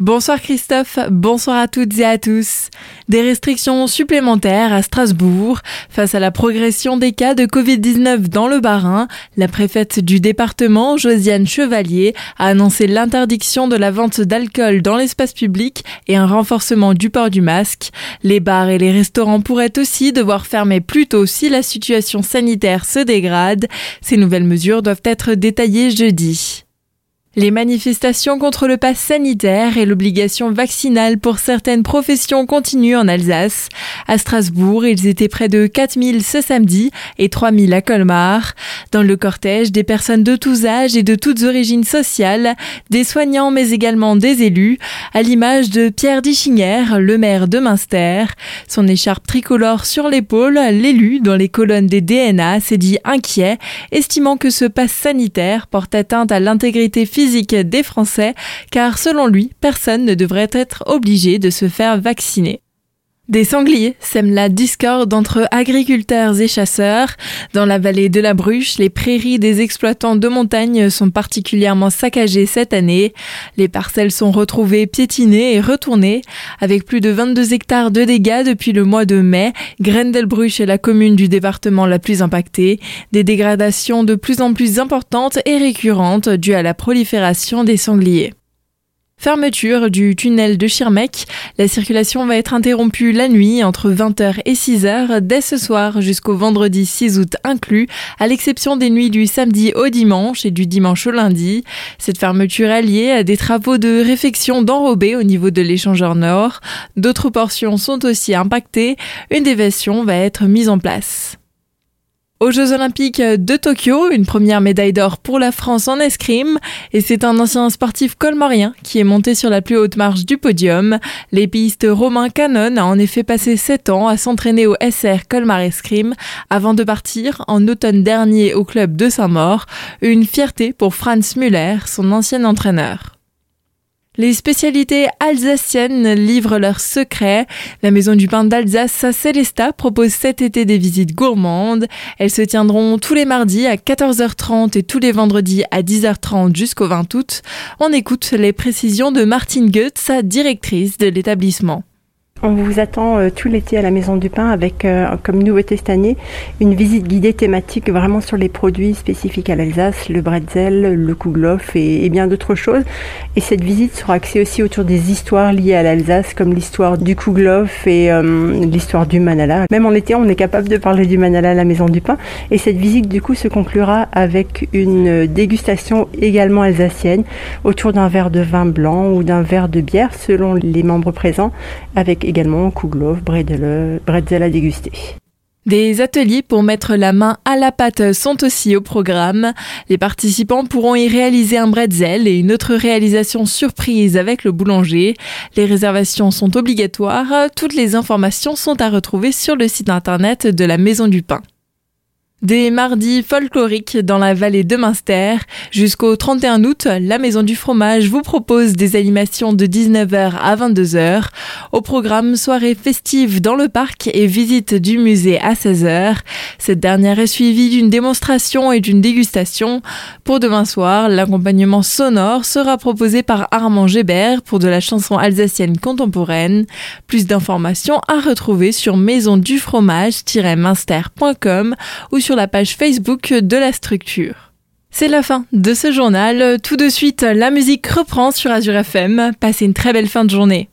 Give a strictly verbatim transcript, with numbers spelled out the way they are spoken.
Bonsoir Christophe, bonsoir à toutes et à tous. Des restrictions supplémentaires à Strasbourg. Face à la progression des cas de covid dix-neuf dans le Bas-Rhin, la préfète du département, Josiane Chevalier, a annoncé l'interdiction de la vente d'alcool dans l'espace public et un renforcement du port du masque. Les bars et les restaurants pourraient aussi devoir fermer plus tôt si la situation sanitaire se dégrade. Ces nouvelles mesures doivent être détaillées jeudi. Les manifestations contre le pass sanitaire et l'obligation vaccinale pour certaines professions continuent en Alsace. À Strasbourg, ils étaient près de quatre mille ce samedi et trois mille à Colmar. Dans le cortège, des personnes de tous âges et de toutes origines sociales, des soignants mais également des élus, à l'image de Pierre Dichinger, le maire de Münster. Son écharpe tricolore sur l'épaule, l'élu dans les colonnes des D N A s'est dit inquiet, estimant que ce pass sanitaire porte atteinte à l'intégrité physique physique des Français, car selon lui, personne ne devrait être obligé de se faire vacciner. Des sangliers sèment la discorde entre agriculteurs et chasseurs. Dans la vallée de la Bruche, les prairies des exploitants de montagne sont particulièrement saccagées cette année. Les parcelles sont retrouvées piétinées et retournées. Avec plus de vingt-deux hectares de dégâts depuis le mois de mai, Grendelbruch est la commune du département la plus impactée. Des dégradations de plus en plus importantes et récurrentes dues à la prolifération des sangliers. Fermeture du tunnel de Schirmeck. La circulation va être interrompue la nuit entre vingt heures et six heures dès ce soir jusqu'au vendredi six août inclus, à l'exception des nuits du samedi au dimanche et du dimanche au lundi. Cette fermeture est liée à des travaux de réfection d'enrobés au niveau de l'échangeur nord. D'autres portions sont aussi impactées. Une déviation va être mise en place. Aux Jeux Olympiques de Tokyo, une première médaille d'or pour la France en escrime, et c'est un ancien sportif colmorien qui est monté sur la plus haute marche du podium. L'épéiste Romain Canon a en effet passé sept ans à s'entraîner au S R Colmar Escrime avant de partir en automne dernier au club de Saint-Maur. Une fierté pour Franz Müller, son ancien entraîneur. Les spécialités alsaciennes livrent leurs secrets. La Maison du Pain d'Alsace à Sélestat propose cet été des visites gourmandes. Elles se tiendront tous les mardis à quatorze heures trente et tous les vendredis à dix heures trente jusqu'au vingt août. On écoute les précisions de Martine Goetz, directrice de l'établissement. On vous attend euh, tout l'été à la Maison du Pain avec, euh, comme nouveauté cette année, une visite guidée thématique vraiment sur les produits spécifiques à l'Alsace, le bretzel, le kouglof et, et bien d'autres choses. Et cette visite sera axée aussi autour des histoires liées à l'Alsace, comme l'histoire du kouglof et euh, l'histoire du manala. Même en été, on est capable de parler du manala à la Maison du Pain. Et cette visite, du coup, se conclura avec une dégustation également alsacienne autour d'un verre de vin blanc ou d'un verre de bière, selon les membres présents, avec également kouglof, bretzel, bretzel à déguster. Des ateliers pour mettre la main à la pâte sont aussi au programme. Les participants pourront y réaliser un bretzel et une autre réalisation surprise avec le boulanger. Les réservations sont obligatoires. Toutes les informations sont à retrouver sur le site internet de la Maison du Pain. Des mardis folkloriques dans la vallée de Münster. Jusqu'au trente et un août, la Maison du Fromage vous propose des animations de dix-neuf heures à vingt-deux heures. Au programme, soirée festive dans le parc et visite du musée à seize heures. Cette dernière est suivie d'une démonstration et d'une dégustation. Pour demain soir, l'accompagnement sonore sera proposé par Armand Gébert pour de la chanson alsacienne contemporaine. Plus d'informations à retrouver sur maison du fromage tiret münster point com ou sur sur la page Facebook de la structure. C'est la fin de ce journal. Tout de suite, la musique reprend sur Azure F M. Passez une très belle fin de journée.